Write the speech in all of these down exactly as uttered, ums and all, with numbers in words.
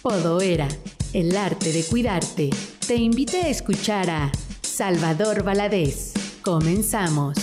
Podoera, el arte de cuidarte, te invita a escuchar a Salvador Valadez. Comenzamos.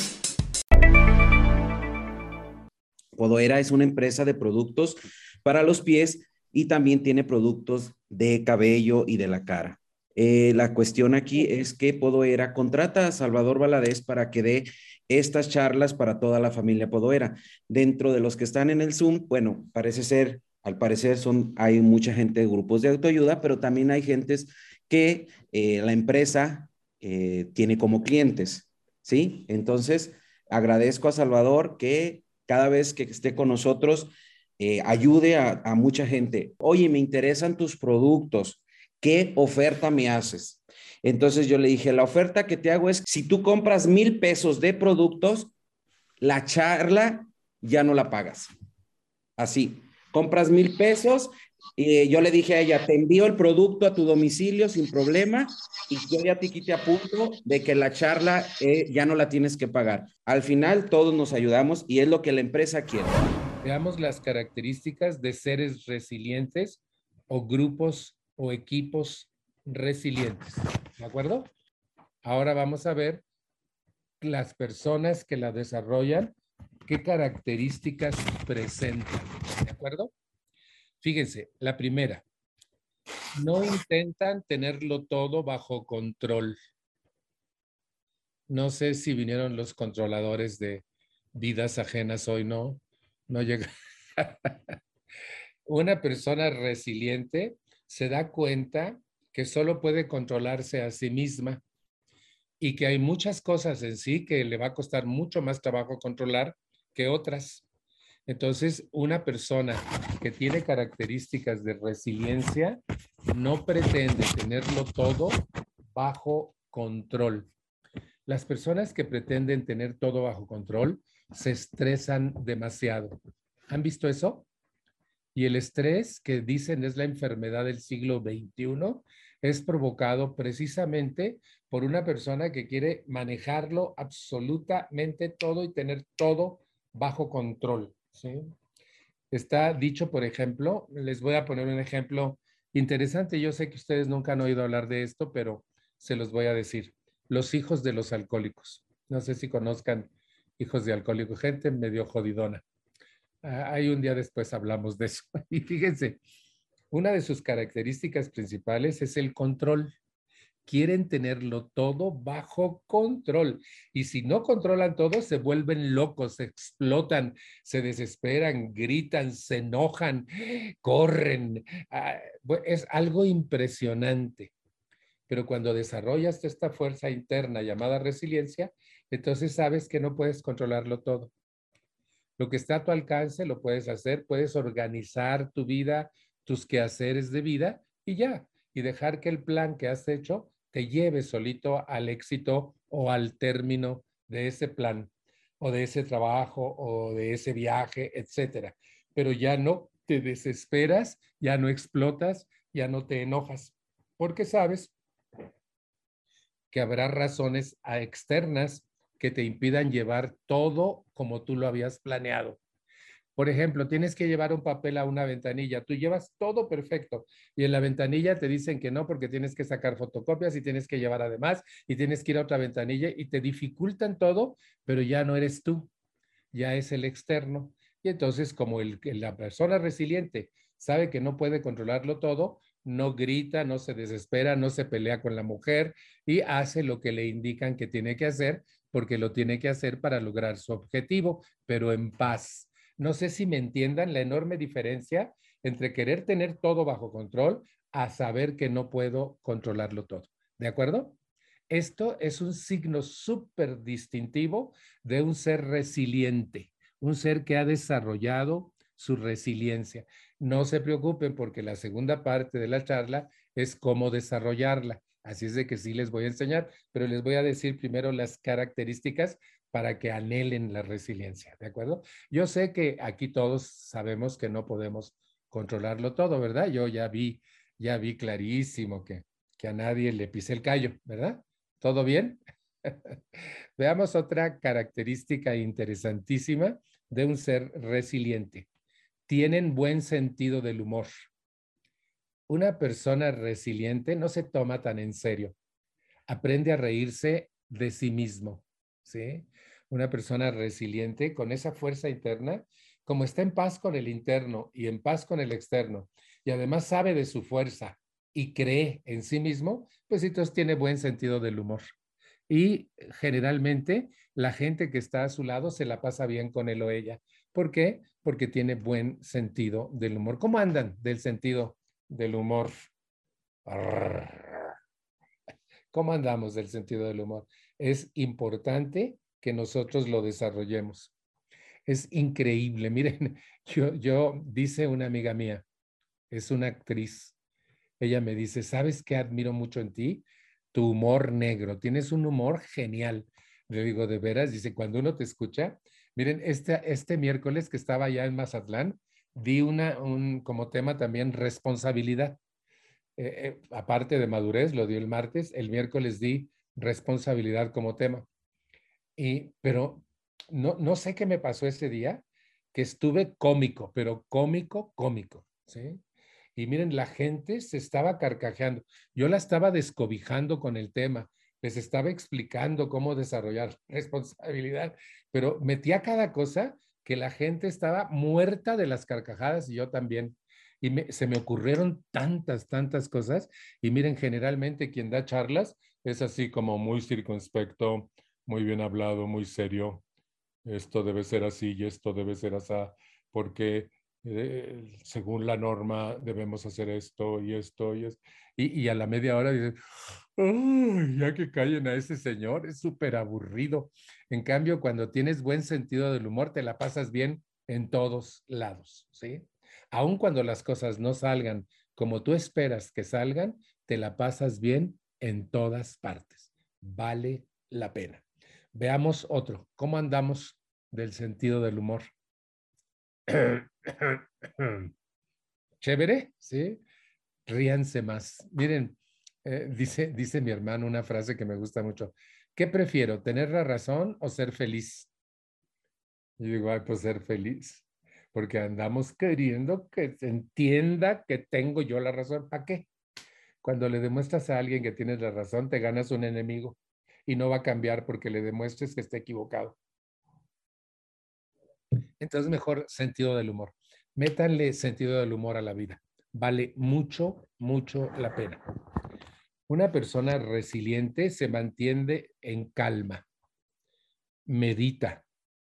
Podoera es una empresa de productos para los pies y también tiene productos de cabello y de la cara. Eh, la cuestión aquí es que Podoera contrata a Salvador Valadez para que dé estas charlas para toda la familia Podoera. Dentro de los que están en el Zoom, bueno, parece ser, al parecer son, hay mucha gente de grupos de autoayuda, pero también hay gentes que eh, la empresa eh, tiene como clientes, ¿sí? Entonces, agradezco a Salvador que cada vez que esté con nosotros eh, ayude a, a mucha gente. Oye, me interesan tus productos. ¿Qué oferta me haces? Entonces yo le dije, la oferta que te hago es, si tú compras mil pesos de productos, la charla ya no la pagas. Así, compras mil pesos, y yo le dije a ella, te envío el producto a tu domicilio sin problema y yo ya te quité a punto de que la charla eh, ya no la tienes que pagar. Al final todos nos ayudamos y es lo que la empresa quiere. Veamos las características de seres resilientes o grupos o equipos resilientes. ¿De acuerdo? Ahora vamos a ver las personas que la desarrollan, qué características presentan. ¿De acuerdo? Fíjense, la primera, no intentan tenerlo todo bajo control. No sé si vinieron los controladores de vidas ajenas hoy, ¿no? No llega. Una persona resiliente se da cuenta que solo puede controlarse a sí misma y que hay muchas cosas en sí que le va a costar mucho más trabajo controlar que otras. Entonces, una persona que tiene características de resiliencia no pretende tenerlo todo bajo control. Las personas que pretenden tener todo bajo control se estresan demasiado. ¿Han visto eso? Y el estrés, que dicen es la enfermedad del siglo veintiuno, es provocado precisamente por una persona que quiere manejarlo absolutamente todo y tener todo bajo control, ¿sí? Está dicho, por ejemplo, les voy a poner un ejemplo interesante. Yo sé que ustedes nunca han oído hablar de esto, pero se los voy a decir. Los hijos de los alcohólicos. No sé si conozcan hijos de alcohólicos, gente medio jodidona. Ah, ahí un día después hablamos de eso. Y fíjense, una de sus características principales es el control. Quieren tenerlo todo bajo control. Y si no controlan todo, se vuelven locos, se explotan, se desesperan, gritan, se enojan, corren. Ah, es algo impresionante. Pero cuando desarrollas esta fuerza interna llamada resiliencia, entonces sabes que no puedes controlarlo todo. Lo que está a tu alcance lo puedes hacer, puedes organizar tu vida, tus quehaceres de vida y ya, y dejar que el plan que has hecho te lleve solito al éxito o al término de ese plan o de ese trabajo o de ese viaje, etcétera. Pero ya no te desesperas, ya no explotas, ya no te enojas, porque sabes que habrá razones externas que te impidan llevar todo como tú lo habías planeado. Por ejemplo, tienes que llevar un papel a una ventanilla, tú llevas todo perfecto y en la ventanilla te dicen que no porque tienes que sacar fotocopias y tienes que llevar además y tienes que ir a otra ventanilla y te dificultan todo, pero ya no eres tú, ya es el externo. Y entonces, como el, la persona resiliente sabe que no puede controlarlo todo, no grita, no se desespera, no se pelea con la mujer y hace lo que le indican que tiene que hacer porque lo tiene que hacer para lograr su objetivo, pero en paz. No sé si me entiendan la enorme diferencia entre querer tener todo bajo control a saber que no puedo controlarlo todo. ¿De acuerdo? Esto es un signo súper distintivo de un ser resiliente, un ser que ha desarrollado su resiliencia. No se preocupen porque la segunda parte de la charla es cómo desarrollarla. Así es de que sí les voy a enseñar, pero les voy a decir primero las características para que anhelen la resiliencia, ¿de acuerdo? Yo sé que aquí todos sabemos que no podemos controlarlo todo, ¿verdad? Yo ya vi, ya vi clarísimo que, que a nadie le pise el callo, ¿verdad? ¿Todo bien? Veamos otra característica interesantísima de un ser resiliente. Tienen buen sentido del humor. una persona resiliente no se toma tan en serio. Aprende a reírse de sí mismo, ¿sí? Una persona resiliente con esa fuerza interna, como está en paz con el interno y en paz con el externo, y además sabe de su fuerza y cree en sí mismo, pues entonces tiene buen sentido del humor. Y generalmente la gente que está a su lado se la pasa bien con él o ella. ¿Por qué? Porque tiene buen sentido del humor. ¿Cómo andan del sentido del humor? ¿Cómo andamos del sentido del humor? Es importante que nosotros lo desarrollemos. Es increíble. Miren, yo, yo, dice una amiga mía, es una actriz. Ella me dice, ¿sabes qué admiro mucho en ti? Tu humor negro. Tienes un humor genial. Le digo, ¿de veras? Dice, cuando uno te escucha, miren, este, este miércoles que estaba allá en Mazatlán, di una, un, como tema también responsabilidad. Eh, eh, aparte de madurez, lo dio el martes, el miércoles di responsabilidad como tema. Y, pero no, no sé qué me pasó ese día, que estuve cómico, pero cómico, cómico, ¿sí? Y miren, la gente se estaba carcajeando. Yo la estaba descobijando con el tema, les estaba explicando cómo desarrollar responsabilidad, pero metía cada cosa que la gente estaba muerta de las carcajadas y yo también. Y me, se me ocurrieron tantas, tantas cosas. Y miren, generalmente quien da charlas es así como muy circunspecto, muy bien hablado, muy serio. Esto debe ser así y esto debe ser así, porque eh, según la norma debemos hacer esto y esto y esto. Y, y a la media hora dicen, "Ay, ya que callen a ese señor, es súper aburrido". En cambio, cuando tienes buen sentido del humor, te la pasas bien en todos lados, ¿sí? Aun cuando las cosas no salgan como tú esperas que salgan, te la pasas bien en todas partes. Vale la pena. Veamos otro. ¿Cómo andamos del sentido del humor? Chévere, ¿sí? Ríanse más. Miren, eh, dice, dice mi hermano una frase que me gusta mucho. ¿Qué prefiero, tener la razón o ser feliz? Y digo, ay, pues ser feliz, porque andamos queriendo que se entienda que tengo yo la razón. ¿Para qué? Cuando le demuestras a alguien que tienes la razón, te ganas un enemigo y no va a cambiar porque le demuestres que está equivocado. Entonces, mejor sentido del humor. Métanle sentido del humor a la vida. Vale mucho, mucho la pena. Una persona resiliente se mantiene en calma, medita,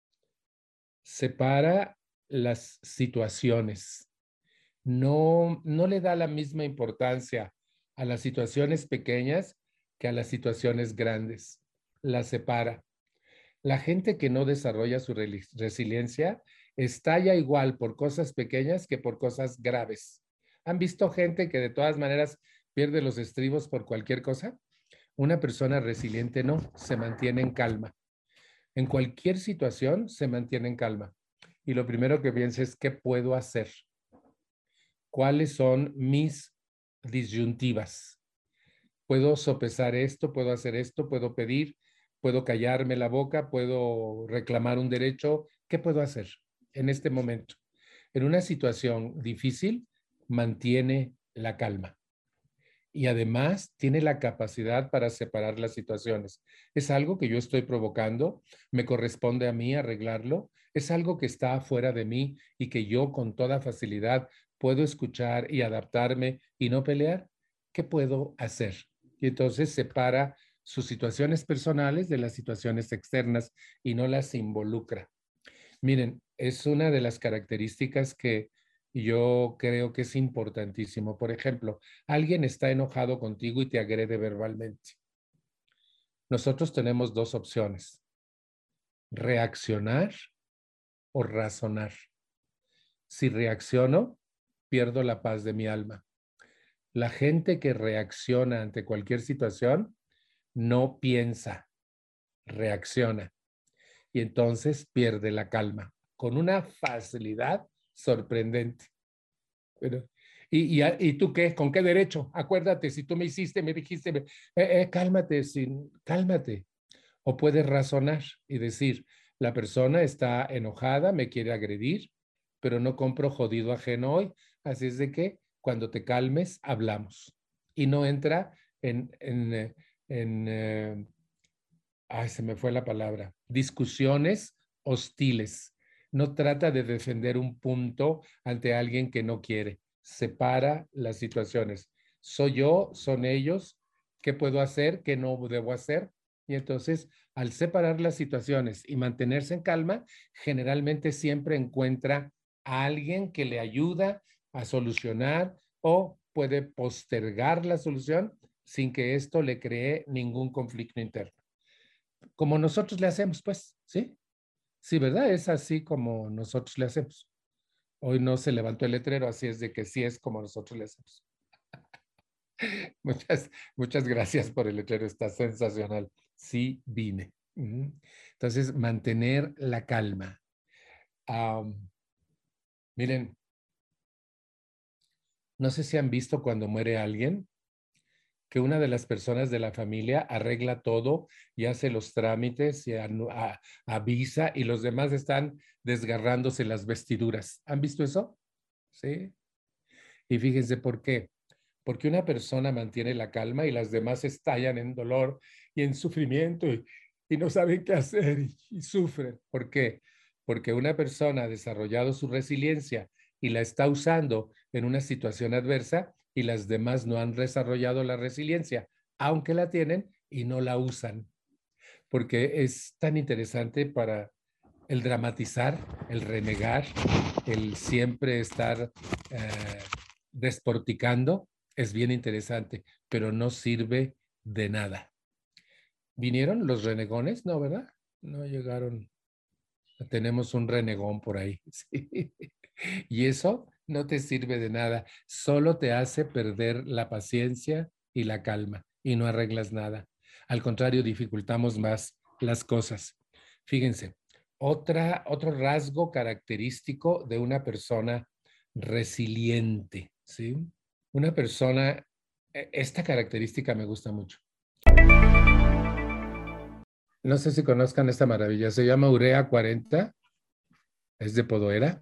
separa las situaciones, no, no le da la misma importancia a las situaciones pequeñas que a las situaciones grandes, las separa. La gente que no desarrolla su resiliencia estalla igual por cosas pequeñas que por cosas graves. ¿Han visto gente que de todas maneras pierde los estribos por cualquier cosa? Una persona resiliente no, se mantiene en calma. En cualquier situación se mantiene en calma. Y lo primero que piensa es, ¿qué puedo hacer? ¿Cuáles son mis disyuntivas? ¿Puedo sopesar esto? ¿Puedo hacer esto? ¿Puedo pedir? ¿Puedo callarme la boca? ¿Puedo reclamar un derecho? ¿Qué puedo hacer en este momento? En una situación difícil, mantiene la calma y además tiene la capacidad para separar las situaciones. Es algo que yo estoy provocando, me corresponde a mí arreglarlo, es algo que está afuera de mí y que yo con toda facilidad puedo escuchar y adaptarme y no pelear. ¿Qué puedo hacer? Y entonces separa sus situaciones personales de las situaciones externas y no las involucra. Miren, es una de las características que yo creo que es importantísimo. Por ejemplo, alguien está enojado contigo y te agrede verbalmente. Nosotros tenemos dos opciones, reaccionar o razonar. Si reacciono, pierdo la paz de mi alma. La gente que reacciona ante cualquier situación no piensa, reacciona y entonces pierde la calma con una facilidad sorprendente. Pero, ¿y, y, ¿Y tú qué? ¿Con qué derecho? Acuérdate, si tú me hiciste, me dijiste, eh, eh, cálmate, sin, cálmate. O puedes razonar y decir, la persona está enojada, me quiere agredir, pero no compro jodido ajeno hoy. Así es de que cuando te calmes, hablamos. Y no entra en, en, en, en eh, ay, se me fue la palabra, discusiones hostiles. No trata de defender un punto ante alguien que no quiere. Separa las situaciones. Soy yo, son ellos, ¿qué puedo hacer? ¿Qué no debo hacer? Y entonces, al separar las situaciones y mantenerse en calma, generalmente siempre encuentra a alguien que le ayuda a solucionar o puede postergar la solución sin que esto le cree ningún conflicto interno. Como nosotros le hacemos, pues, ¿sí? Sí, ¿verdad? Es así como nosotros le hacemos. Hoy no se levantó el letrero, así es de que sí es como nosotros le hacemos. Muchas, muchas gracias por el letrero, está sensacional. Sí vine. Uh-huh. Entonces, mantener la calma. Um, miren, no sé si han visto cuando muere alguien, que una de las personas de la familia arregla todo y hace los trámites y a, a, avisa y los demás están desgarrándose las vestiduras. ¿Han visto eso? Sí. Y fíjense por qué. Porque una persona mantiene la calma y las demás estallan en dolor y en sufrimiento y, y no saben qué hacer y, y sufren. ¿Por qué? Porque una persona ha desarrollado su resiliencia y la está usando en una situación adversa y las demás no han desarrollado la resiliencia, aunque la tienen y no la usan. Porque es tan interesante para el dramatizar, el renegar, el siempre estar eh, desporticando, es bien interesante, pero no sirve de nada. ¿Vinieron los renegones? No, ¿verdad? No llegaron. Tenemos un renegón por ahí. Sí. Y eso no te sirve de nada. Solo te hace perder la paciencia y la calma y no arreglas nada. Al contrario, dificultamos más las cosas. Fíjense, otra, otro rasgo característico de una persona resiliente, ¿sí? Una persona, esta característica me gusta mucho. No sé si conozcan esta maravilla, se llama Urea cuarenta, es de Podoera.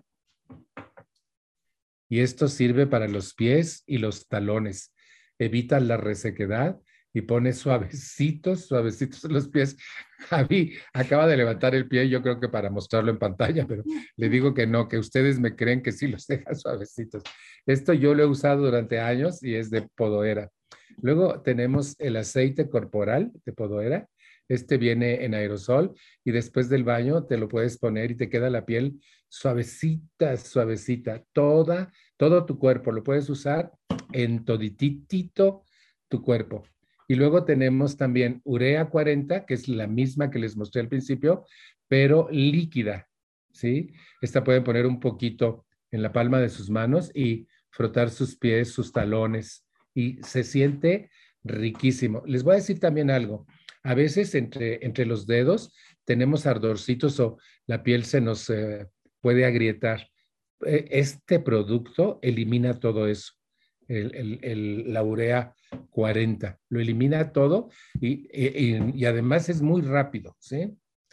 Y esto sirve para los pies y los talones. Evita la resequedad y pone suavecitos, suavecitos los pies. Javi acaba de levantar el pie, yo creo que para mostrarlo en pantalla, pero le digo que no, que ustedes me creen que sí los deja suavecitos. Esto yo lo he usado durante años y es de Podoera. Luego tenemos el aceite corporal de Podoera. Este viene en aerosol y después del baño te lo puedes poner y te queda la piel suavecita, suavecita. Toda, todo tu cuerpo lo puedes usar en toditito tu cuerpo. Y luego tenemos también Urea cuarenta, que es la misma que les mostré al principio, pero líquida, ¿sí? Esta pueden poner un poquito en la palma de sus manos y frotar sus pies, sus talones, y se siente riquísimo. Les voy a decir también algo. A veces entre, entre los dedos tenemos ardorcitos o la piel se nos eh, puede agrietar. Este producto elimina todo eso. El, el, el, la Urea cuarenta, lo elimina todo y, y, y además es muy rápido, ¿sí?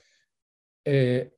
Eh,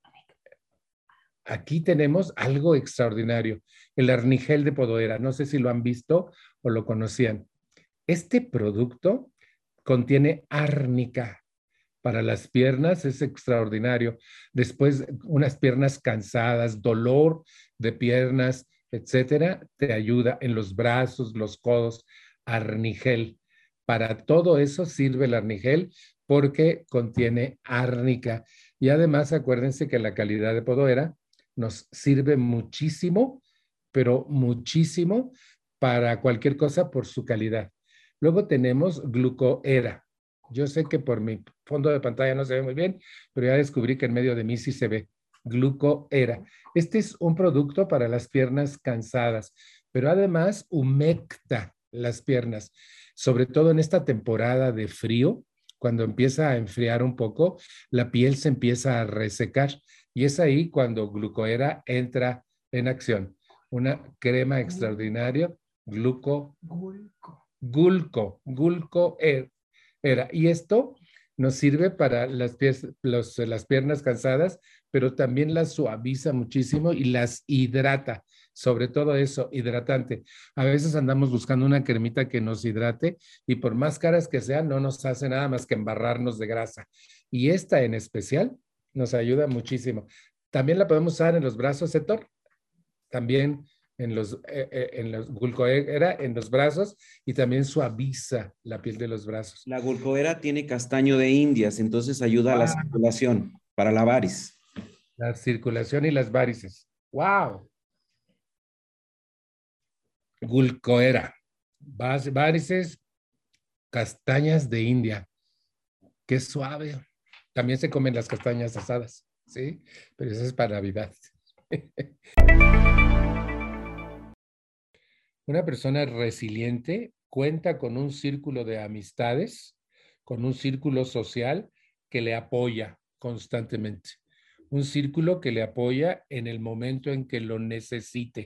aquí tenemos algo extraordinario, el arnigel de Podoera, no sé si lo han visto o lo conocían. Este producto contiene árnica. Para las piernas es extraordinario. Después, unas piernas cansadas, dolor de piernas, etcétera, te ayuda en los brazos, los codos, arnigel. Para todo eso sirve el arnigel porque contiene árnica. Y además, acuérdense que la calidad de Podoera nos sirve muchísimo, pero muchísimo para cualquier cosa por su calidad. Luego tenemos Glucoera. Yo sé que por mi fondo de pantalla no se ve muy bien, pero ya descubrí que en medio de mí sí se ve. Glucoera. Este es un producto para las piernas cansadas, pero además humecta las piernas, sobre todo en esta temporada de frío, cuando empieza a enfriar un poco, la piel se empieza a resecar y es ahí cuando Glucoera entra en acción. Una crema extraordinaria, gluco, gulco, gulco, gulco era. Y esto nos sirve para las, pies, los, las piernas cansadas, pero también las suaviza muchísimo y las hidrata. sobre todo eso, hidratante. A veces andamos buscando una cremita que nos hidrate y por más caras que sean, no nos hace nada más que embarrarnos de grasa. Y esta en especial nos ayuda muchísimo. También la podemos usar en los brazos, Héctor. También en los, eh, eh, en los Gulcoera, en los brazos, y también suaviza la piel de los brazos. La Gulcoera tiene castaño de Indias, entonces ayuda a la Ah, circulación para la varis. la circulación y las varices. ¡Wow! Gulcoera. Varices, castañas de India. Qué suave. También se comen las castañas asadas, ¿sí? Pero eso es para Navidad. Una persona resiliente cuenta con un círculo de amistades, con un círculo social que le apoya constantemente. Un círculo que le apoya en el momento en que lo necesite.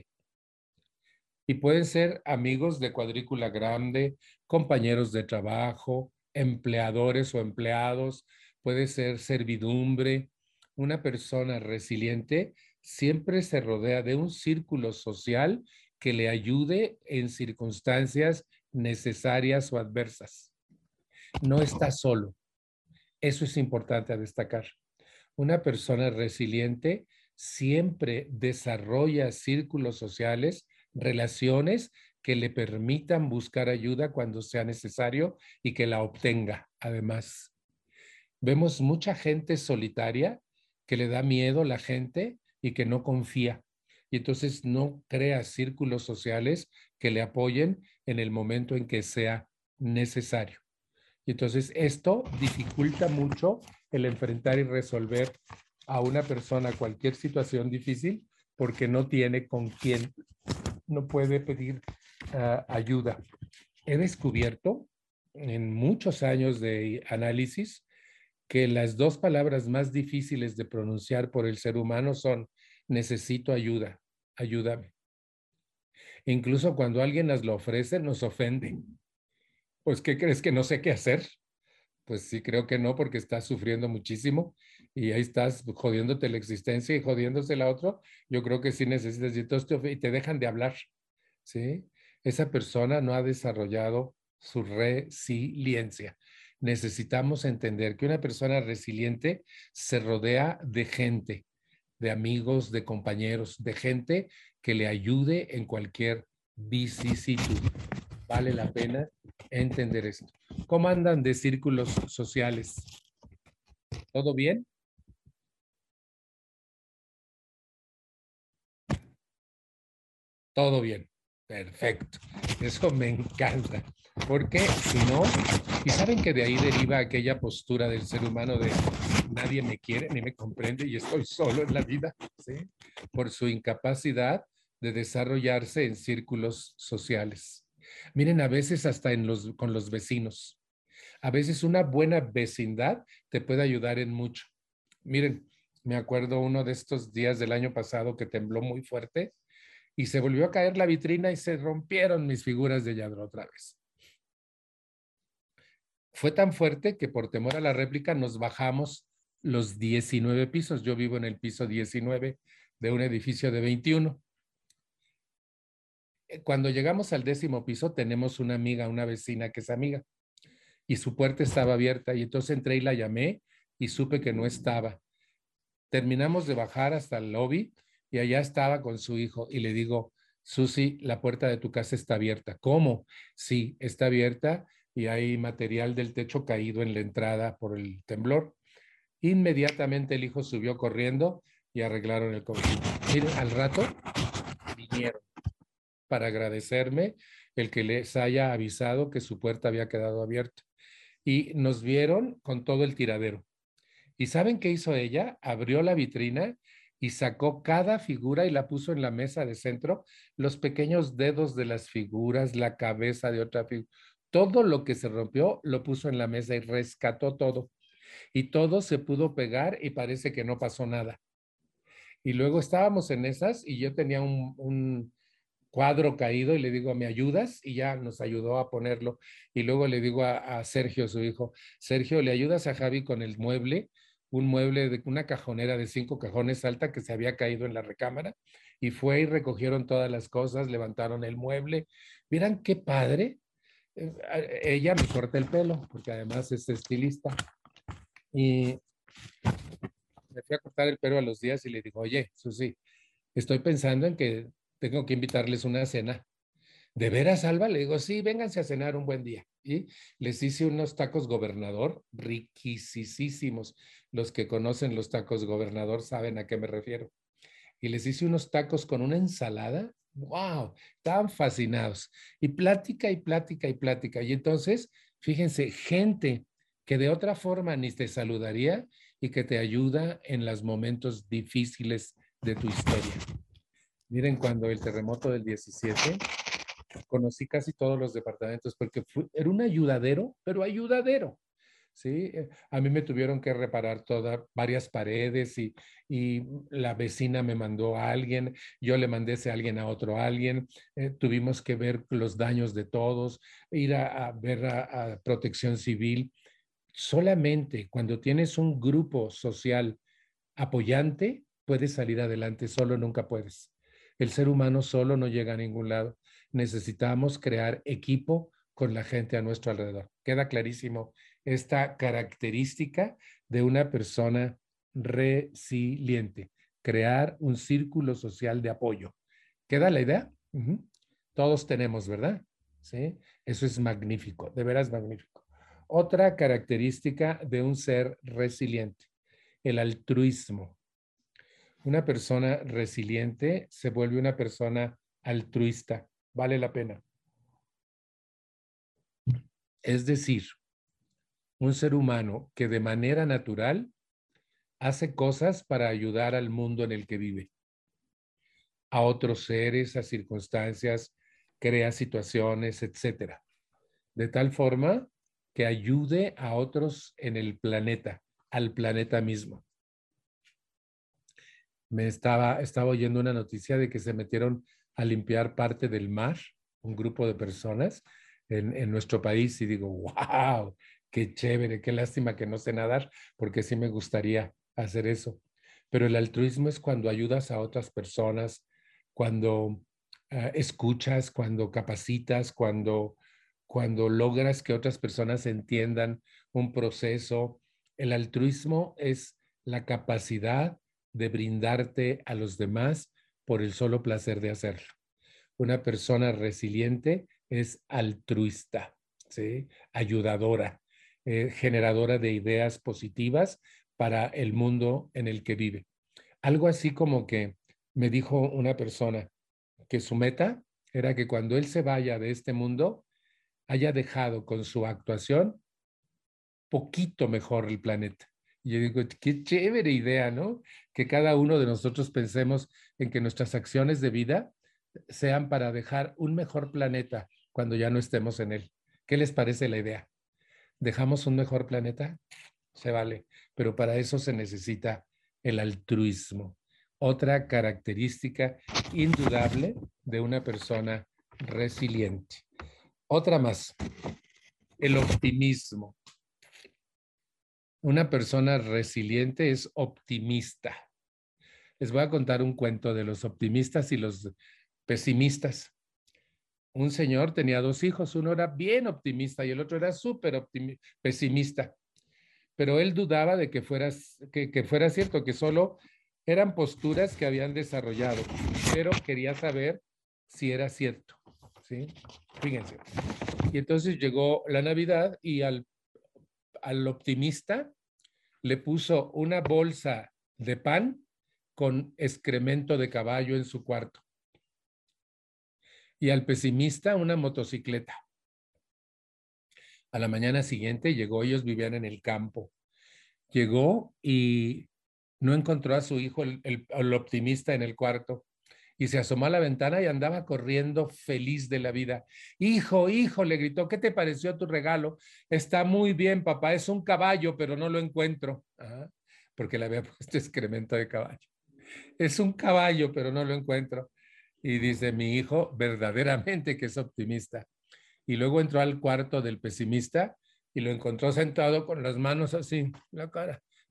Y pueden ser amigos de cuadrícula grande, compañeros de trabajo, empleadores o empleados, puede ser servidumbre. Una persona resiliente siempre se rodea de un círculo social que le ayude en circunstancias necesarias o adversas. No está solo. Eso es importante a destacar. Una persona resiliente siempre desarrolla círculos sociales, relaciones que le permitan buscar ayuda cuando sea necesario y que la obtenga. Además, vemos mucha gente solitaria que le da miedo a la gente y que no confía. Y entonces no crea círculos sociales que le apoyen en el momento en que sea necesario. Y entonces esto dificulta mucho el enfrentar y resolver a una persona cualquier situación difícil porque no tiene con quién, no puede pedir uh, ayuda. He descubierto en muchos años de análisis que las dos palabras más difíciles de pronunciar por el ser humano son necesito ayuda, ayúdame. Incluso cuando alguien nos lo ofrece, nos ofende. Pues, ¿qué crees que no sé qué hacer? Pues sí, creo que no, porque estás sufriendo muchísimo y ahí estás jodiéndote la existencia y jodiéndose la otra. Yo creo que sí necesitas y, todo esto, y te dejan de hablar, ¿sí? Esa persona no ha desarrollado su resiliencia. Necesitamos entender que una persona resiliente se rodea de gente, de amigos, de compañeros, de gente que le ayude en cualquier vicisitud. Vale la pena entender esto. ¿Cómo andan de círculos sociales? ¿Todo bien? Todo bien. Perfecto. Eso me encanta. Porque si no, y saben que de ahí deriva aquella postura del ser humano de nadie me quiere ni me comprende y estoy solo en la vida, ¿sí? Por su incapacidad de desarrollarse en círculos sociales. Miren, a veces hasta en los, con los vecinos. A veces una buena vecindad te puede ayudar en mucho. Miren, me acuerdo uno de estos días del año pasado que tembló muy fuerte y se volvió a caer la vitrina y se rompieron mis figuras de Yadro otra vez. Fue tan fuerte que por temor a la réplica nos bajamos los diecinueve pisos. Yo vivo en el piso diecinueve de un edificio de veintiuno. Cuando llegamos al décimo piso tenemos una amiga, una vecina que es amiga y su puerta estaba abierta y entonces entré y la llamé y supe que no estaba. Terminamos de bajar hasta el lobby y allá estaba con su hijo y le digo, Susi, la puerta de tu casa está abierta. ¿Cómo? Sí, está abierta y hay material del techo caído en la entrada por el temblor. Inmediatamente el hijo subió corriendo y arreglaron el conflicto. Miren, al rato vinieron para agradecerme el que les haya avisado que su puerta había quedado abierta. Y nos vieron con todo el tiradero. ¿Y saben qué hizo ella? Abrió la vitrina y sacó cada figura y la puso en la mesa de centro, los pequeños dedos de las figuras, la cabeza de otra figura, todo lo que se rompió lo puso en la mesa y rescató todo. Y todo se pudo pegar y parece que no pasó nada. Y luego estábamos en esas y yo tenía un, un cuadro caído y le digo, ¿me ayudas? Y ya nos ayudó a ponerlo. Y luego le digo a, a Sergio, su hijo, Sergio, ¿le ayudas a Javi con el mueble? un mueble, de una cajonera de cinco cajones alta que se había caído en la recámara y fue y recogieron todas las cosas, levantaron el mueble. Miran qué padre. Eh, Ella me corta el pelo porque además es estilista y me fui a cortar el pelo a los días y le digo, oye, Susi, estoy pensando en que tengo que invitarles una cena. ¿De veras, Alba? Le digo, sí, vénganse a cenar un buen día. Y les hice unos tacos gobernador riquísimos. Los que conocen los tacos gobernador saben a qué me refiero. Y les hice unos tacos con una ensalada. ¡Wow! Estaban fascinados. Y plática y plática y plática. Y entonces, fíjense, gente que de otra forma ni te saludaría y que te ayuda en los momentos difíciles de tu historia. Miren, cuando el terremoto del diecisiete, conocí casi todos los departamentos porque fue, era un ayudadero, pero ayudadero. ¿Sí? A mí me tuvieron que reparar todas, varias paredes y, y la vecina me mandó a alguien, yo le mandé ese alguien a otro alguien, eh, tuvimos que ver los daños de todos, ir a, a ver a, a Protección Civil. Solamente cuando tienes un grupo social apoyante, puedes salir adelante, solo nunca puedes. El ser humano solo no llega a ningún lado. Necesitamos crear equipo con la gente a nuestro alrededor. Queda clarísimo esta característica de una persona resiliente, crear un círculo social de apoyo. ¿Queda la idea? Uh-huh. Todos tenemos, ¿verdad? Sí, eso es magnífico, de veras magnífico. Otra característica de un ser resiliente, el altruismo. Una persona resiliente se vuelve una persona altruista. Vale la pena. Es decir, un ser humano que de manera natural hace cosas para ayudar al mundo en el que vive, a otros seres, a circunstancias, crea situaciones, etcétera. De tal forma que ayude a otros en el planeta, al planeta mismo. Me estaba, estaba oyendo una noticia de que se metieron a limpiar parte del mar, un grupo de personas en, en nuestro país, y digo, wow, qué chévere, qué lástima que no sé nadar, porque sí me gustaría hacer eso. Pero el altruismo es cuando ayudas a otras personas, cuando uh, escuchas, cuando capacitas, cuando, cuando logras que otras personas entiendan un proceso. El altruismo es la capacidad de brindarte a los demás por el solo placer de hacerlo. Una persona resiliente es altruista, ¿sí? Ayudadora, eh, generadora de ideas positivas para el mundo en el que vive. Algo así como que me dijo una persona que su meta era que cuando él se vaya de este mundo, haya dejado con su actuación poquito mejor el planeta. Y yo digo, qué chévere idea, ¿no? Que cada uno de nosotros pensemos en que nuestras acciones de vida sean para dejar un mejor planeta cuando ya no estemos en él. ¿Qué les parece la idea? ¿Dejamos un mejor planeta? Se vale, pero para eso se necesita el altruismo. Otra característica indudable de una persona resiliente. Otra más, el optimismo. Una persona resiliente es optimista. Les voy a contar un cuento de los optimistas y los pesimistas. Un señor tenía dos hijos, uno era bien optimista y el otro era súper pesimista, pero él dudaba de que fuera, que, que fuera cierto, que solo eran posturas que habían desarrollado, pero quería saber si era cierto, ¿sí? Fíjense. Y entonces llegó la Navidad y al, al optimista le puso una bolsa de pan con excremento de caballo en su cuarto. Y al pesimista una motocicleta. A la mañana siguiente llegó, ellos vivían en el campo. Llegó y no encontró a su hijo, el, el, el optimista, en el cuarto. Y se asomó a la ventana y andaba corriendo feliz de la vida. Hijo, hijo, le gritó, ¿qué te pareció tu regalo? Está muy bien, papá, es un caballo, pero no lo encuentro. Ajá, porque le había puesto excremento de caballo. Es un caballo, pero no lo encuentro. Y dice, mi hijo verdaderamente que es optimista. Y luego entró al cuarto del pesimista y lo encontró sentado con las manos así, la cara,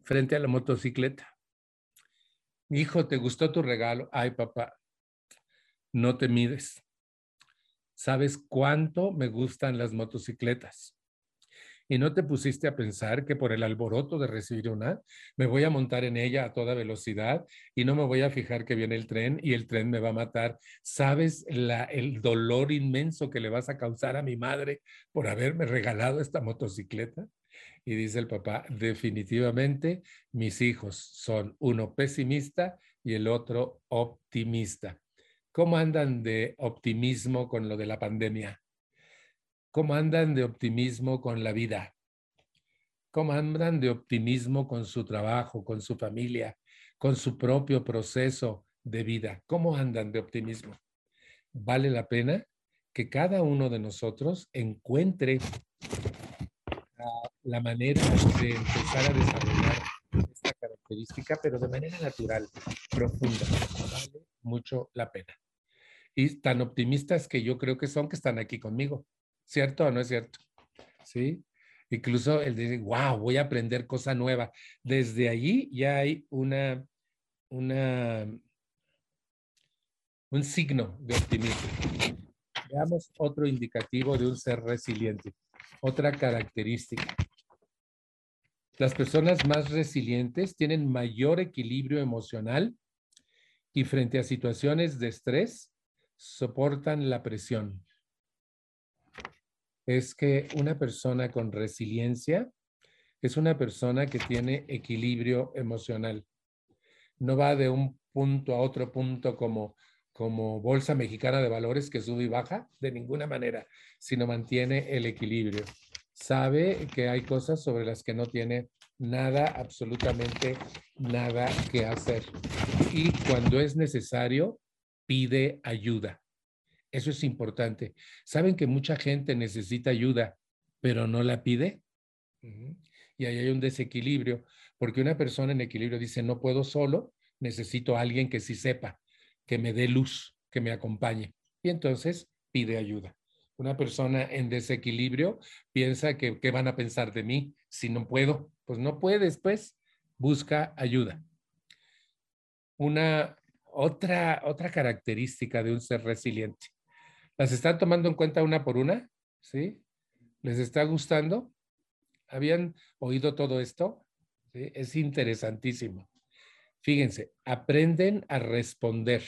frente a la motocicleta. Hijo, ¿te gustó tu regalo? Ay, papá, no te mides. ¿Sabes cuánto me gustan las motocicletas? Y no te pusiste a pensar que por el alboroto de recibir una, me voy a montar en ella a toda velocidad y no me voy a fijar que viene el tren y el tren me va a matar. ¿Sabes la, el dolor inmenso que le vas a causar a mi madre por haberme regalado esta motocicleta? Y dice el papá, definitivamente mis hijos son uno pesimista y el otro optimista. ¿Cómo andan de optimismo con lo de la pandemia? ¿Cómo andan de optimismo con la vida? ¿Cómo andan de optimismo con su trabajo, con su familia, con su propio proceso de vida? ¿Cómo andan de optimismo? Vale la pena que cada uno de nosotros encuentre uh, la manera de empezar a desarrollar esta característica, pero de manera natural, profunda. Vale mucho la pena. Y tan optimistas que yo creo que son, que están aquí conmigo. ¿Cierto o no es cierto? ¿Sí? Incluso el de, wow, voy a aprender cosa nueva. Desde allí ya hay una, una, un signo de optimismo. Veamos otro indicativo de un ser resiliente. Otra característica. Las personas más resilientes tienen mayor equilibrio emocional y frente a situaciones de estrés soportan la presión. Es que una persona con resiliencia es una persona que tiene equilibrio emocional. No va de un punto a otro punto como, como bolsa mexicana de valores que sube y baja, de ninguna manera, sino mantiene el equilibrio. Sabe que hay cosas sobre las que no tiene nada, absolutamente nada que hacer. Y cuando es necesario, pide ayuda. Eso es importante. ¿Saben que mucha gente necesita ayuda, pero no la pide? Uh-huh. Y ahí hay un desequilibrio, porque una persona en equilibrio dice, no puedo solo, necesito a alguien que sí sepa, que me dé luz, que me acompañe. Y entonces pide ayuda. Una persona en desequilibrio piensa que, ¿qué van a pensar de mí si no puedo? Pues no puedes, pues, busca ayuda. Una otra, otra característica de un ser resiliente. ¿Las están tomando en cuenta una por una? ¿Sí? ¿Les está gustando? ¿Habían oído todo esto? ¿Sí? Es interesantísimo. Fíjense, aprenden a responder.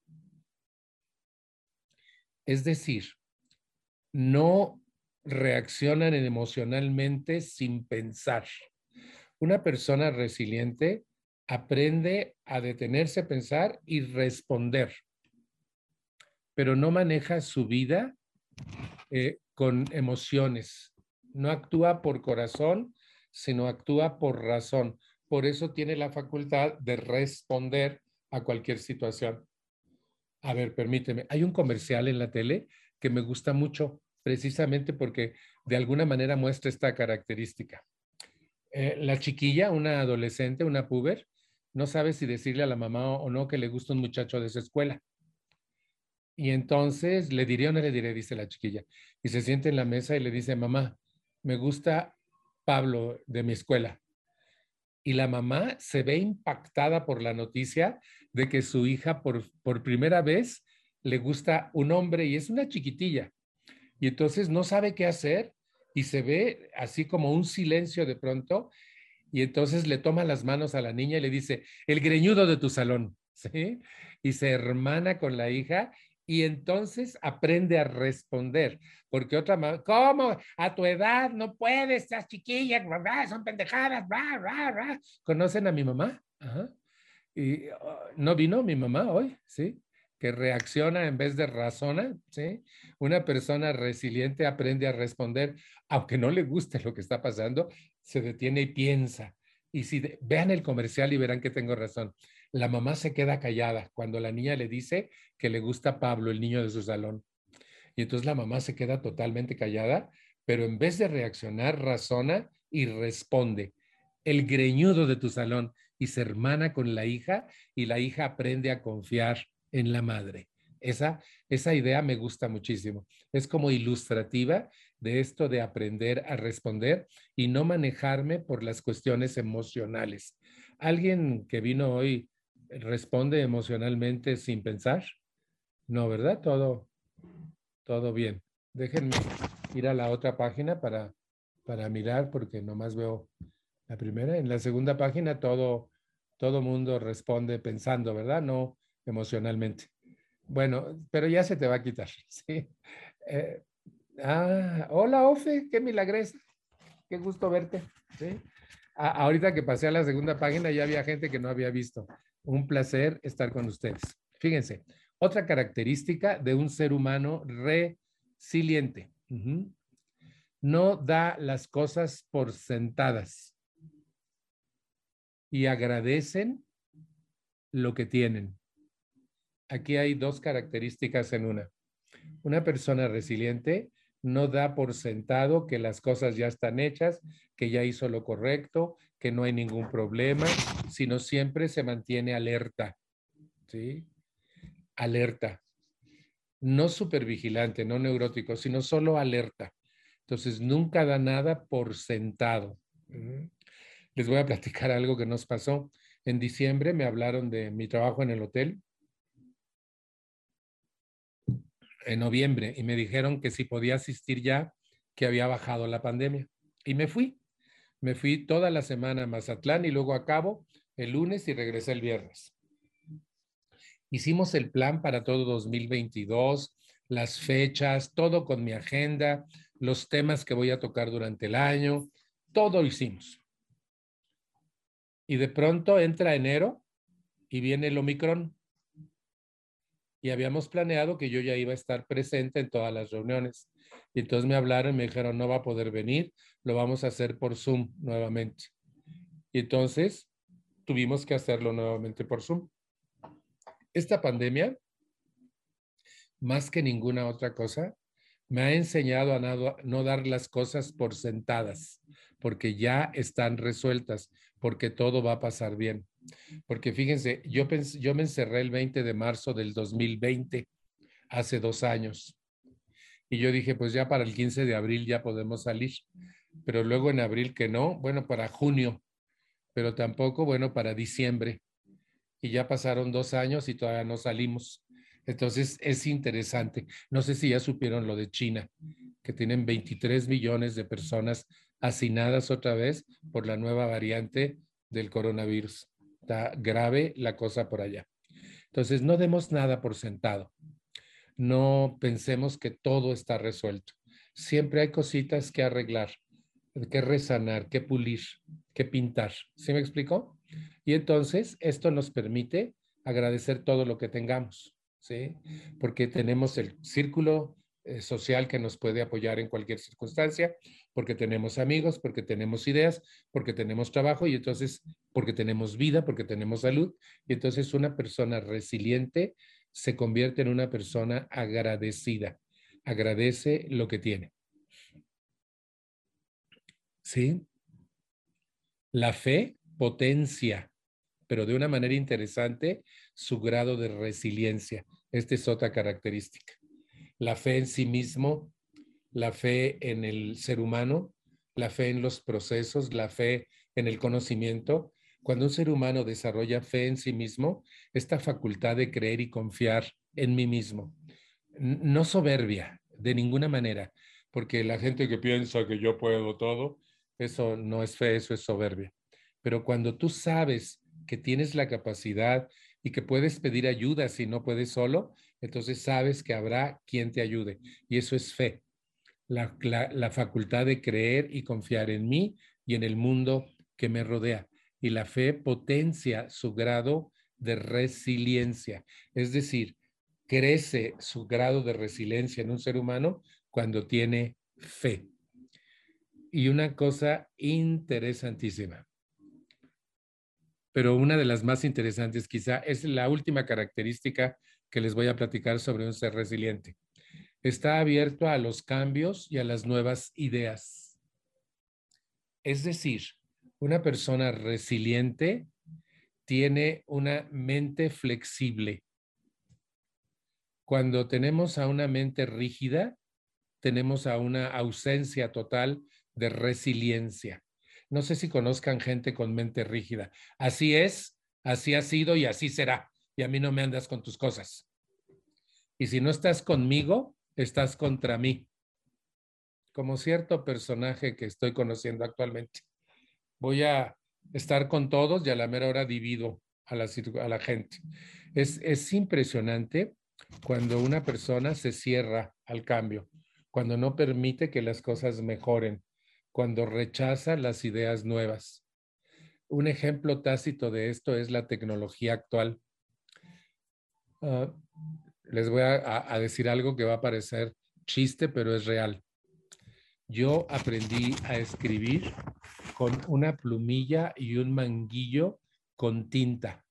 Es decir, no reaccionan emocionalmente sin pensar. Una persona resiliente aprende a detenerse, pensar y responder, pero no maneja su vida eh, con emociones. No actúa por corazón, sino actúa por razón. Por eso tiene la facultad de responder a cualquier situación. A ver, permíteme. Hay un comercial en la tele que me gusta mucho, precisamente porque de alguna manera muestra esta característica. Eh, la chiquilla, una adolescente, una puber, no sabe si decirle a la mamá o no que le gusta un muchacho de su escuela. Y entonces, ¿le diré o no le diré? Dice la chiquilla. Y se siente en la mesa y le dice, mamá, me gusta Pablo de mi escuela. Y la mamá se ve impactada por la noticia de que su hija por, por primera vez le gusta un hombre y es una chiquitilla. Y entonces no sabe qué hacer y se ve así como un silencio de pronto. Y entonces le toma las manos a la niña y le dice, el greñudo de tu salón, ¿sí? Y se hermana con la hija y entonces aprende a responder. Porque otra mamá, ¿cómo? A tu edad no puedes, estás chiquilla, ¿verdad? Son pendejadas, bla, bla, bla. ¿Conocen a mi mamá? Ajá. Y uh, no vino mi mamá hoy, ¿sí? Que reacciona en vez de razona, ¿sí? Una persona resiliente aprende a responder, aunque no le guste lo que está pasando, se detiene y piensa. Y si de, vean el comercial y verán que tengo razón. La mamá se queda callada cuando la niña le dice que le gusta Pablo, el niño de su salón. Y entonces la mamá se queda totalmente callada, pero en vez de reaccionar, razona y responde. El greñudo de tu salón, y se hermana con la hija y la hija aprende a confiar en la madre. Esa, esa idea me gusta muchísimo. Es como ilustrativa de esto de aprender a responder y no manejarme por las cuestiones emocionales. ¿Alguien que vino hoy responde emocionalmente sin pensar? No, ¿verdad? Todo, todo bien. Déjenme ir a la otra página para, para mirar porque nomás veo la primera. En la segunda página todo, todo mundo responde pensando, ¿verdad? No emocionalmente. Bueno, pero ya se te va a quitar, ¿sí? Eh, ah, hola, Ofe, qué milagresa. Qué gusto verte, ¿sí? A- ahorita que pasé a la segunda página ya había gente que no había visto. Un placer estar con ustedes. Fíjense, otra característica de un ser humano resiliente. Ujú. No da las cosas por sentadas y agradecen lo que tienen. Aquí hay dos características en una. Una persona resiliente no da por sentado que las cosas ya están hechas, que ya hizo lo correcto, que no hay ningún problema, sino siempre se mantiene alerta, ¿sí? Alerta. No supervigilante, no neurótico, sino solo alerta. Entonces, nunca da nada por sentado. Uh-huh. Les voy a platicar algo que nos pasó. En diciembre me hablaron de mi trabajo en el hotel, en noviembre, y me dijeron que si podía asistir ya, que había bajado la pandemia. Y me fui. Me fui toda la semana a Mazatlán y luego a Cabo el lunes y regresé el viernes. Hicimos el plan para todo dos mil veintidós, las fechas, todo con mi agenda, los temas que voy a tocar durante el año, todo hicimos. Y de pronto entra enero y viene el Omicron. Y habíamos planeado que yo ya iba a estar presente en todas las reuniones. Y entonces me hablaron y me dijeron, no va a poder venir, lo vamos a hacer por Zoom nuevamente. Y entonces tuvimos que hacerlo nuevamente por Zoom. Esta pandemia, más que ninguna otra cosa, me ha enseñado a no, no dar las cosas por sentadas, porque ya están resueltas, porque todo va a pasar bien. Porque fíjense, yo, pensé, yo me encerré el veinte de marzo del dos mil veinte, hace dos años. Y yo dije, pues ya para el quince de abril ya podemos salir. Pero luego en abril que no, bueno, para junio, pero tampoco, bueno, para diciembre. Y ya pasaron dos años y todavía no salimos. Entonces es interesante. No sé si ya supieron lo de China, que tienen veintitrés millones de personas hacinadas otra vez por la nueva variante del coronavirus. Está grave la cosa por allá. Entonces no demos nada por sentado. No pensemos que todo está resuelto. Siempre hay cositas que arreglar, que resanar, que pulir, que pintar. ¿Sí me explicó? Y entonces esto nos permite agradecer todo lo que tengamos, ¿sí? Porque tenemos el círculo eh, social que nos puede apoyar en cualquier circunstancia, porque tenemos amigos, porque tenemos ideas, porque tenemos trabajo y entonces porque tenemos vida, porque tenemos salud. Y entonces una persona resiliente se convierte en una persona agradecida. Agradece lo que tiene. ¿Sí? La fe potencia, pero de una manera interesante, su grado de resiliencia. Esta es otra característica. La fe en sí mismo, la fe en el ser humano, la fe en los procesos, la fe en el conocimiento. Cuando un ser humano desarrolla fe en sí mismo, esta facultad de creer y confiar en mí mismo, no soberbia de ninguna manera, porque la gente que piensa que yo puedo todo, eso no es fe, eso es soberbia. Pero cuando tú sabes que tienes la capacidad y que puedes pedir ayuda si no puedes solo, entonces sabes que habrá quien te ayude. Y eso es fe, la, la, la facultad de creer y confiar en mí y en el mundo que me rodea. Y la fe potencia su grado de resiliencia. Es decir, crece su grado de resiliencia en un ser humano cuando tiene fe. Y una cosa interesantísima, pero una de las más interesantes quizá es la última característica que les voy a platicar sobre un ser resiliente. Está abierto a los cambios y a las nuevas ideas. Es decir, una persona resiliente tiene una mente flexible. Cuando tenemos a una mente rígida, tenemos a una ausencia total de resiliencia. No sé si conozcan gente con mente rígida. Así es, así ha sido y así será. Y a mí no me andas con tus cosas. Y si no estás conmigo, estás contra mí. Como cierto personaje que estoy conociendo actualmente. Voy a estar con todos y a la mera hora divido a la, a la gente. Es, es impresionante cuando una persona se cierra al cambio, cuando no permite que las cosas mejoren, cuando rechaza las ideas nuevas. Un ejemplo tácito de esto es la tecnología actual. Uh, les voy a, a decir algo que va a parecer chiste, pero es real. Yo aprendí a escribir con una plumilla y un manguillo con tinta.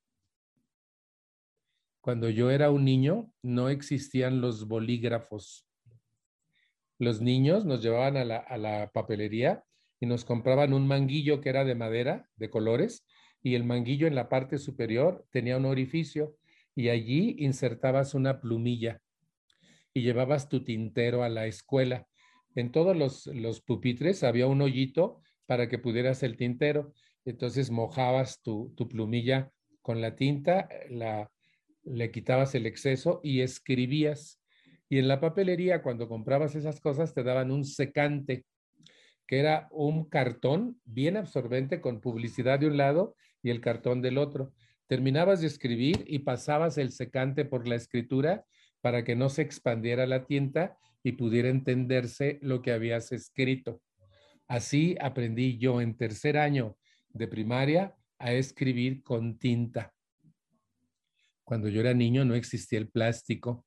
Cuando yo era un niño, no existían los bolígrafos. Los niños nos llevaban a la, a la papelería y nos compraban un manguillo que era de madera, de colores, y el manguillo en la parte superior tenía un orificio y allí insertabas una plumilla y llevabas tu tintero a la escuela. En todos los, los pupitres había un hoyito para que pudieras el tintero. Entonces mojabas tu, tu plumilla con la tinta, la, le quitabas el exceso y escribías. Y en la papelería, cuando comprabas esas cosas, te daban un secante, que era un cartón bien absorbente con publicidad de un lado y el cartón del otro. Terminabas de escribir y pasabas el secante por la escritura para que no se expandiera la tinta y pudiera entenderse lo que habías escrito. Así aprendí yo en tercer año de primaria a escribir con tinta. Cuando yo era niño no existía el plástico.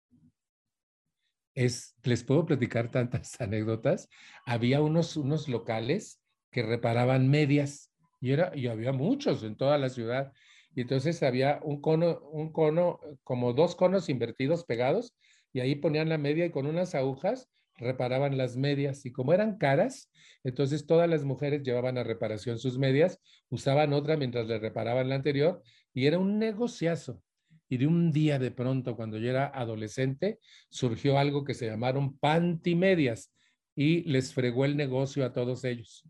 Es, les puedo platicar tantas anécdotas. Había unos, unos locales que reparaban medias y, era, y había muchos en toda la ciudad. Y entonces había un cono, un cono, como dos conos invertidos pegados y ahí ponían la media y con unas agujas reparaban las medias. Y como eran caras, entonces todas las mujeres llevaban a reparación sus medias, usaban otra mientras le reparaban la anterior y era un negociazo. Y de un día de pronto, cuando yo era adolescente, surgió algo que se llamaron pantimedias y les fregó el negocio a todos ellos.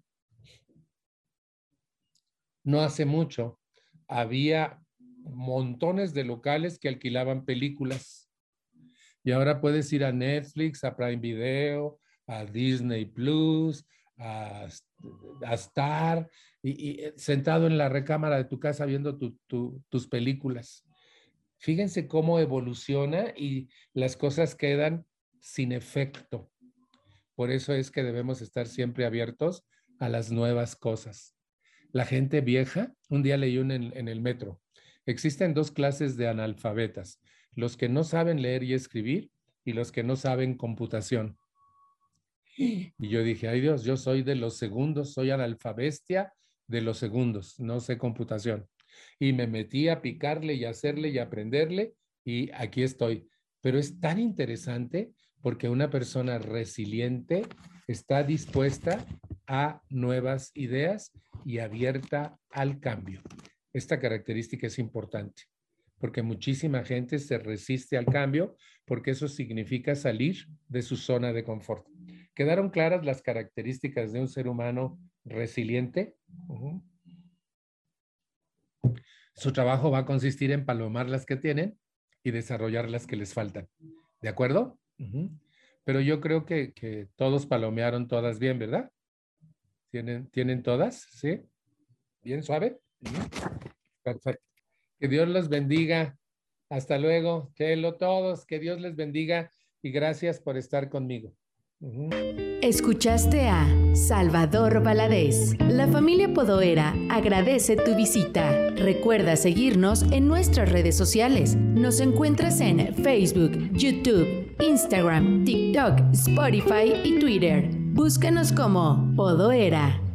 No hace mucho, había montones de locales que alquilaban películas. Y ahora puedes ir a Netflix, a Prime Video, a Disney Plus, a, a Star, y, y sentado en la recámara de tu casa viendo tu, tu, tus películas. Fíjense cómo evoluciona y las cosas quedan sin efecto. Por eso es que debemos estar siempre abiertos a las nuevas cosas. La gente vieja, un día leí un en, en el metro, existen dos clases de analfabetas, los que no saben leer y escribir y los que no saben computación. Y yo dije, ay Dios, yo soy de los segundos, soy analfabestia de los segundos, no sé computación. Y me metí a picarle y hacerle y aprenderle y aquí estoy. Pero es tan interesante porque una persona resiliente está dispuesta a nuevas ideas y abierta al cambio. Esta característica es importante porque muchísima gente se resiste al cambio porque eso significa salir de su zona de confort. ¿Quedaron claras las características de un ser humano resiliente? Uh-huh. Su trabajo va a consistir en palomar las que tienen y desarrollar las que les faltan. ¿De acuerdo? Uh-huh. Pero yo creo que, que todos palomearon todas bien, ¿verdad? ¿Tienen, ¿tienen todas? ¿Sí? ¿Bien suave? Uh-huh. Perfecto. Que Dios los bendiga. Hasta luego. Chelo, todos. Que Dios les bendiga y gracias por estar conmigo. Uh-huh. Escuchaste a Salvador Valadez. La familia Podoera agradece tu visita. Recuerda seguirnos en nuestras redes sociales. Nos encuentras en Facebook, YouTube, Instagram, TikTok, Spotify y Twitter. Búscanos como Podoera.